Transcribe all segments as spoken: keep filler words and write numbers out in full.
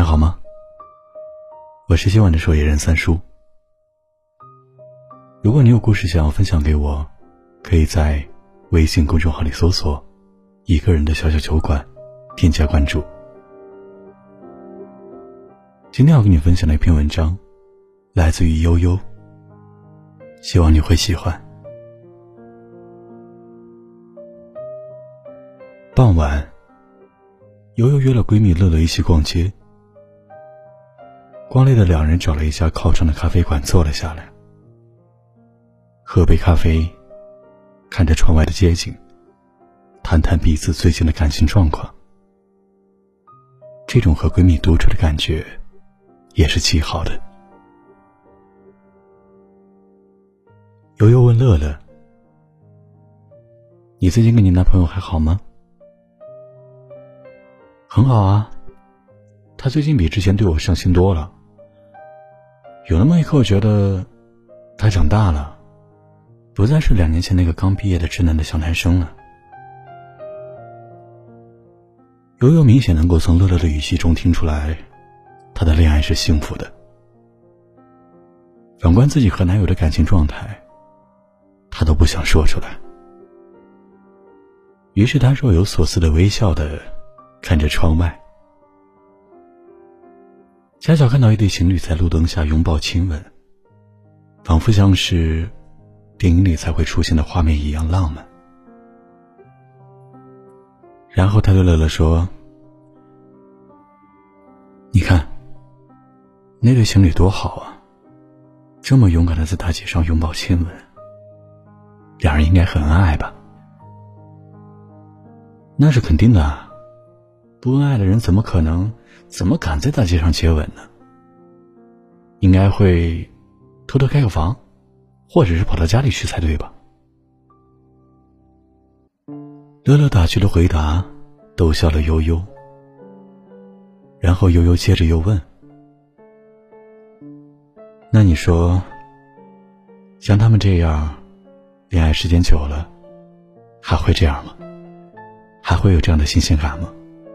好吗？我是今晚的守夜人三叔。如果你有故事想要分享给我，可以在微信公众号里搜索一个人的小小酒馆，添加关注。今天要跟你分享的一篇文章来自于悠悠，希望你会喜欢。傍晚，悠悠约了闺蜜乐乐一起逛街。逛累的两人找了一家靠窗的咖啡馆坐了下来，喝杯咖啡，看着窗外的街景，谈谈彼此最近的感情状况。这种和闺蜜独处的感觉也是极好的。悠悠问乐乐：你最近跟你男朋友还好吗？很好啊，他最近比之前对我上心多了。有那么一刻我觉得他长大了，不再是两年前那个刚毕业的稚嫩的小男生了。悠悠明显能够从乐乐的语气中听出来，她的恋爱是幸福的。反观自己和男友的感情状态，她都不想说出来。于是她若有所思的微笑的看着窗外，恰巧看到一对情侣在路灯下拥抱亲吻，仿佛像是电影里才会出现的画面一样浪漫。然后他对乐乐说：你看那对情侣多好啊，这么勇敢的在大街上拥抱亲吻，两人应该很恩爱吧？那是肯定的啊，不恩爱的人怎么可能怎么敢在大街上接吻呢？应该会偷偷开个房，或者是跑到家里去才对吧？乐乐打趣的回答逗笑了悠悠。然后悠悠接着又问：那你说像他们这样恋爱时间久了还会这样吗？还会有这样的新鲜感吗？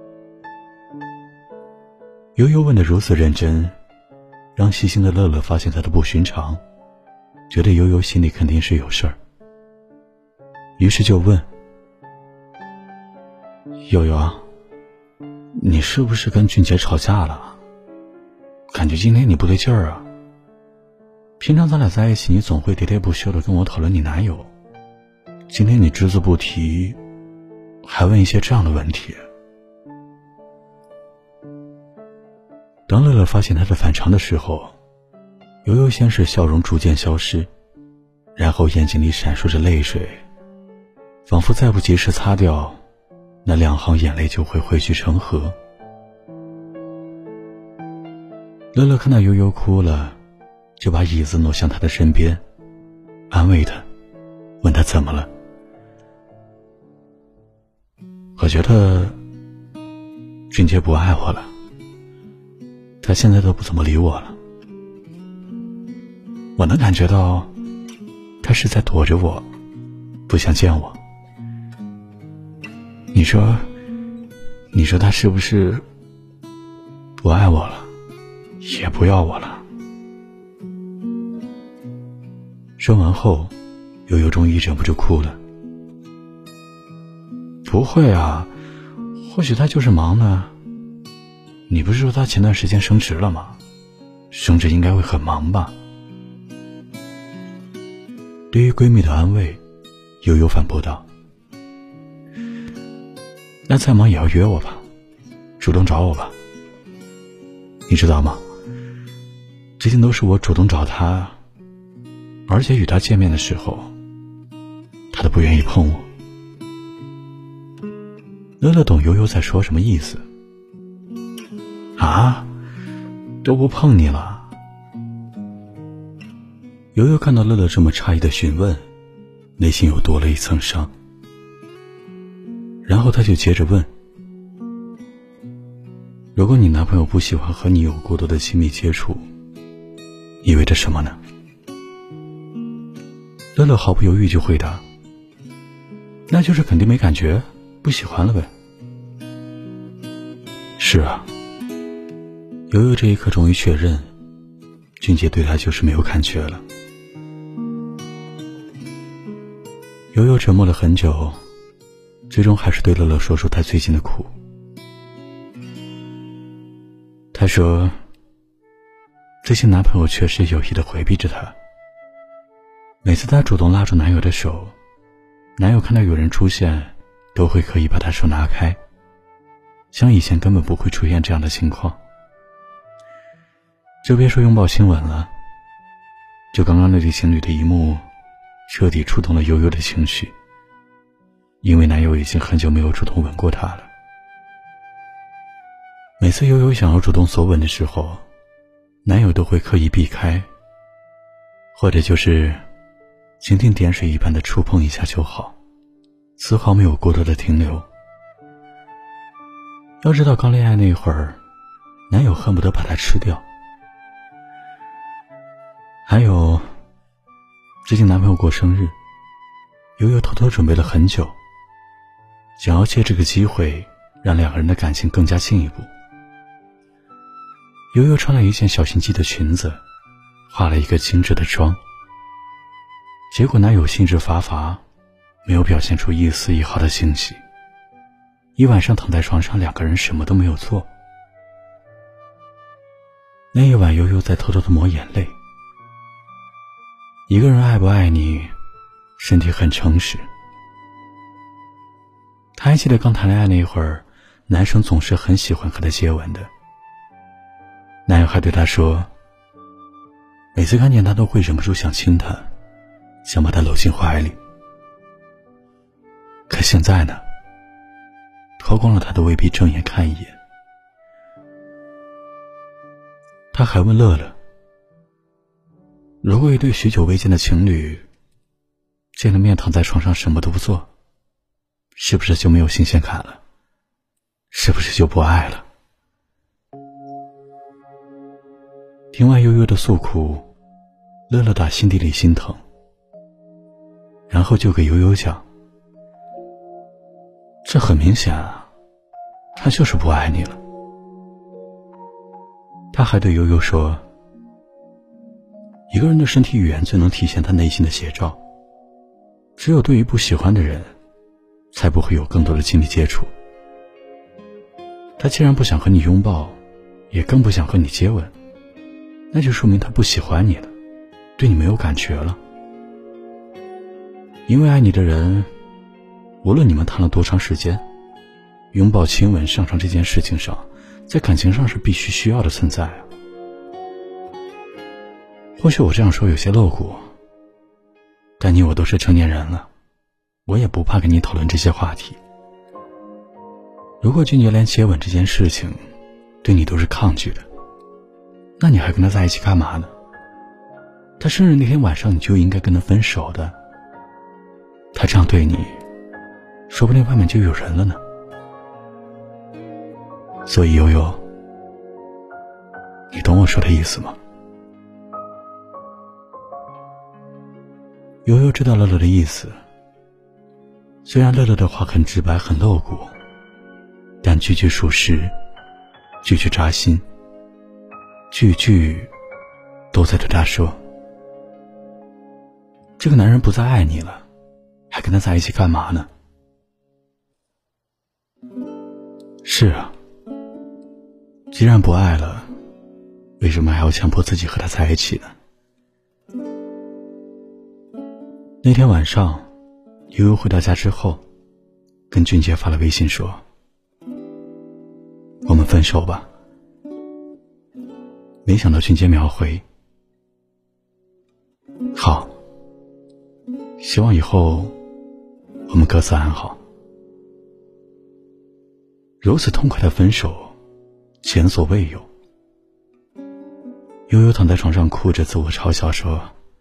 悠悠问得如此认真，让细心的乐乐发现他的不寻常，觉得悠悠心里肯定是有事儿，于是就问：悠悠啊，你是不是跟俊杰吵架了？感觉今天你不对劲儿啊。平常咱俩在一起，你总会喋喋不休地跟我讨论你男友，今天你只字不提，还问一些这样的问题。当乐乐发现他的反常的时候，悠悠先是笑容逐渐消失，然后眼睛里闪烁着泪水，仿佛再不及时擦掉，那两行眼泪就会汇聚成河。乐乐看到悠悠哭了，就把椅子挪向他的身边，安慰他，问他怎么了。我觉得俊杰不爱我了，他现在都不怎么理我了。我能感觉到他是在躲着我，不想见我。你说你说他是不是不爱我了，也不要我了？说完后，悠悠终于忍不住哭了。不会啊，或许他就是忙呢。你不是说他前段时间升职了吗？升职应该会很忙吧？对于闺蜜的安慰，悠悠反驳道：那再忙也要约我吧，主动找我吧。你知道吗，最近都是我主动找他，而且与他见面的时候，他都不愿意碰我。乐乐懂悠悠在说什么意思。啊，都不碰你了？悠悠看到乐乐这么诧异的询问，内心又多了一层伤。然后他就接着问：如果你男朋友不喜欢和你有过多的亲密接触，意味着什么呢？乐乐毫不犹豫就回答：那就是肯定没感觉，不喜欢了呗。是啊， 悠悠这一刻终于确认，俊杰对他就是没有感觉了。悠悠沉默了很久，最终还是对乐乐说出他最近的苦。他说，最近男朋友确实有意的回避着她，每次她主动拉住男友的手，男友看到有人出现都会刻意把她手拿开，像以前根本不会出现这样的情况。就别说拥抱亲吻了，就刚刚那对情侣的一幕彻底触动了悠悠的情绪，因为男友已经很久没有主动吻过她了。每次悠悠想要主动索吻的时候，男友都会刻意避开，或者就是蜻蜓点水一般的触碰一下就好，丝毫没有过多的停留。要知道刚恋爱那会儿，男友恨不得把她吃掉。还有最近男朋友过生日，悠悠偷偷准备了很久，想要借这个机会让两个人的感情更加进一步。悠悠穿了一件小心机的裙子，化了一个精致的妆，结果男友兴致乏乏，没有表现出一丝一毫的惊喜。一晚上躺在床上，两个人什么都没有做。那一晚悠悠在偷偷的抹眼泪。一个人爱不爱你，身体很诚实。他还记得刚谈恋爱那会儿，男生总是很喜欢和他接吻的。男友还对他说，每次看见他都会忍不住想亲他，想把他搂进怀里。可现在呢，脱光了他都未必正眼看一眼。他还问乐乐，如果一对许久未见的情侣见了面躺在床上什么都不做，是不是就没有新鲜感了？是不是就不爱了？听完悠悠的诉苦，乐乐打心底里心疼，然后就给悠悠讲，这很明显啊，他就是不爱你了。他还对悠悠说，一个人的身体语言最能体现他内心的写照，只有对于不喜欢的人，才不会有更多的亲密接触。他既然不想和你拥抱，也更不想和你接吻，那就说明他不喜欢你了，对你没有感觉了。因为爱你的人，无论你们谈了多长时间，拥抱亲吻上床这件事情上，在感情上是必须需要的存在啊。或许我这样说有些露骨，但你我都是成年人了，我也不怕跟你讨论这些话题。如果俊杰连接吻这件事情对你都是抗拒的，那你还跟他在一起干嘛呢？他生日那天晚上你就应该跟他分手的。他这样对你，说不定外面就有人了呢。所以悠悠，你懂我说的意思吗？悠悠知道乐乐的意思，虽然乐乐的话很直白很露骨，但句句属实，句句扎心，句句都在对他说，这个男人不再爱你了，还跟他在一起干嘛呢？是啊，既然不爱了，为什么还要强迫自己和他在一起呢？那天晚上，悠悠回到家之后，跟俊杰发了微信说，我们分手吧。没想到俊杰秒回，好，希望以后我们各自安好。如此痛快的分手，前所未有。悠悠躺在床上哭着自我嘲笑说，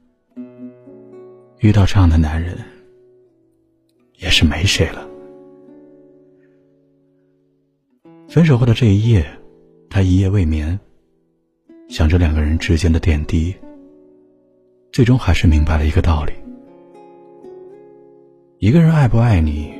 遇到这样的男人也是没谁了。分手后的这一夜，他一夜未眠，想着两个人之间的点滴，最终还是明白了一个道理，一个人爱不爱你，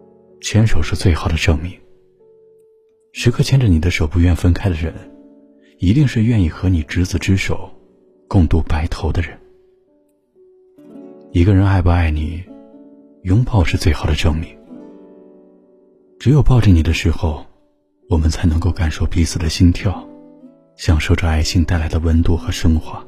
牵手是最好的证明。时刻牵着你的手不愿分开的人， 一定是愿意和你执子之手，共度白头的人。一个人爱不爱你，拥抱是最好的证明。只有抱着你的时候，我们才能够感受彼此的心跳，享受着爱情带来的温度和升华。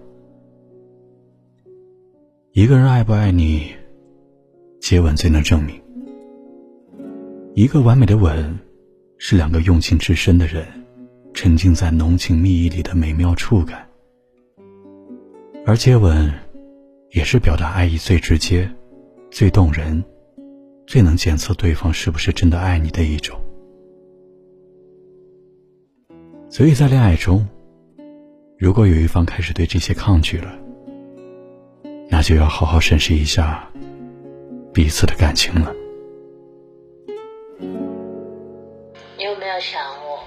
一个人爱不爱你，接吻最能证明。一个完美的吻，是两个用情至深的人沉浸在浓情蜜意里的美妙触感。而接吻也是表达爱意最直接、最动人、最能检测对方是不是真的爱你的一种。所以在恋爱中，如果有一方开始对这些抗拒了，那就要好好审视一下彼此的感情了。 你有没有想我？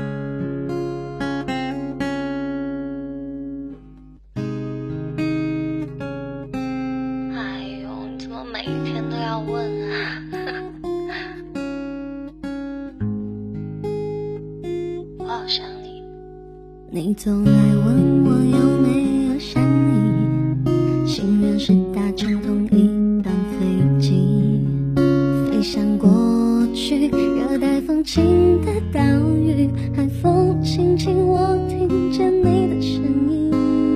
哎呦，你怎么每一天都要问啊？我好想你。 你总来问我有没有想你，心愿是搭乘同一班飞机，飞向过去热带风情的岛屿，海风轻轻，我听见你的声音，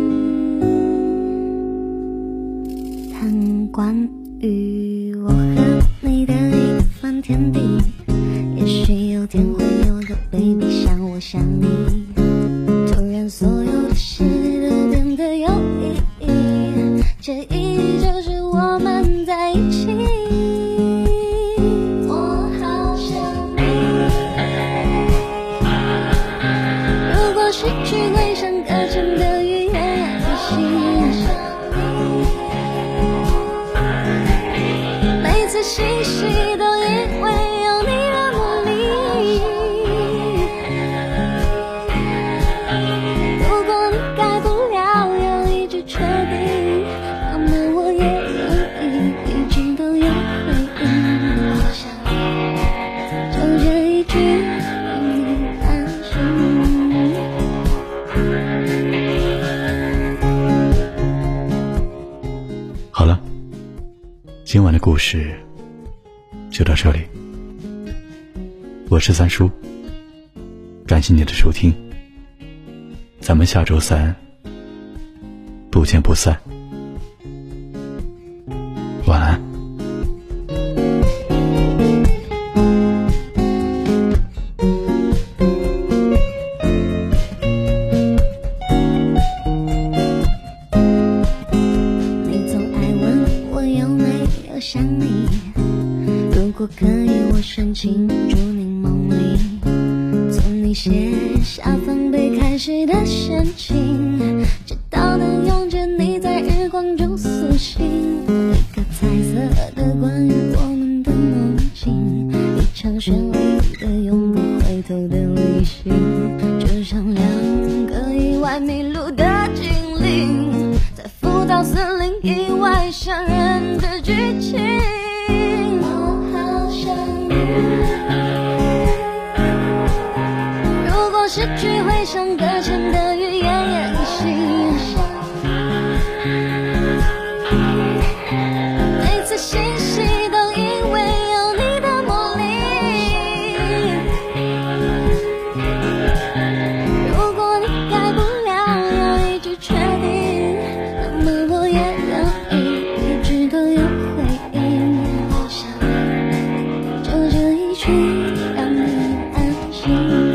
谈关于我和你的一番天地，也许有天会有个 baby 像我像你，突然所有的事都变得有意义，这意义就是我们在一起。我好想你，如果失去会像搁浅的鱼一样可惜，每次欣喜都因为有你的魔力，如果你改不了要一直确定，那么我也愿意一直都有回应。我想就这一句让你安心。 好了，今晚的故事就到这里。我是三叔，感谢你的收听，咱们下周三不见不散。晚安。 你总爱问我有没有想你，如果可以我深情住你梦里，从你写下放杯开始的深情，直到能拥着你在日光中苏醒，一个彩色的关于我们的梦境，一场绚丽的永不回头的旅行，就像两个意外迷路的精灵，在浮躁森林意外相认的剧情。我好想你，如果失去会像搁浅的鱼奄奄一息，每次欣喜都因为有你的魔力，如果你改不了要一直确定，那么我也愿意一直都有回应。我想就这一句让你安心。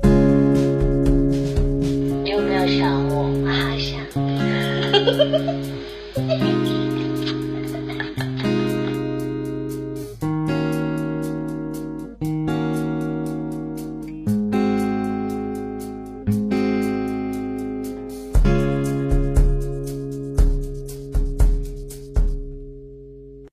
你有没有想我？我好想你。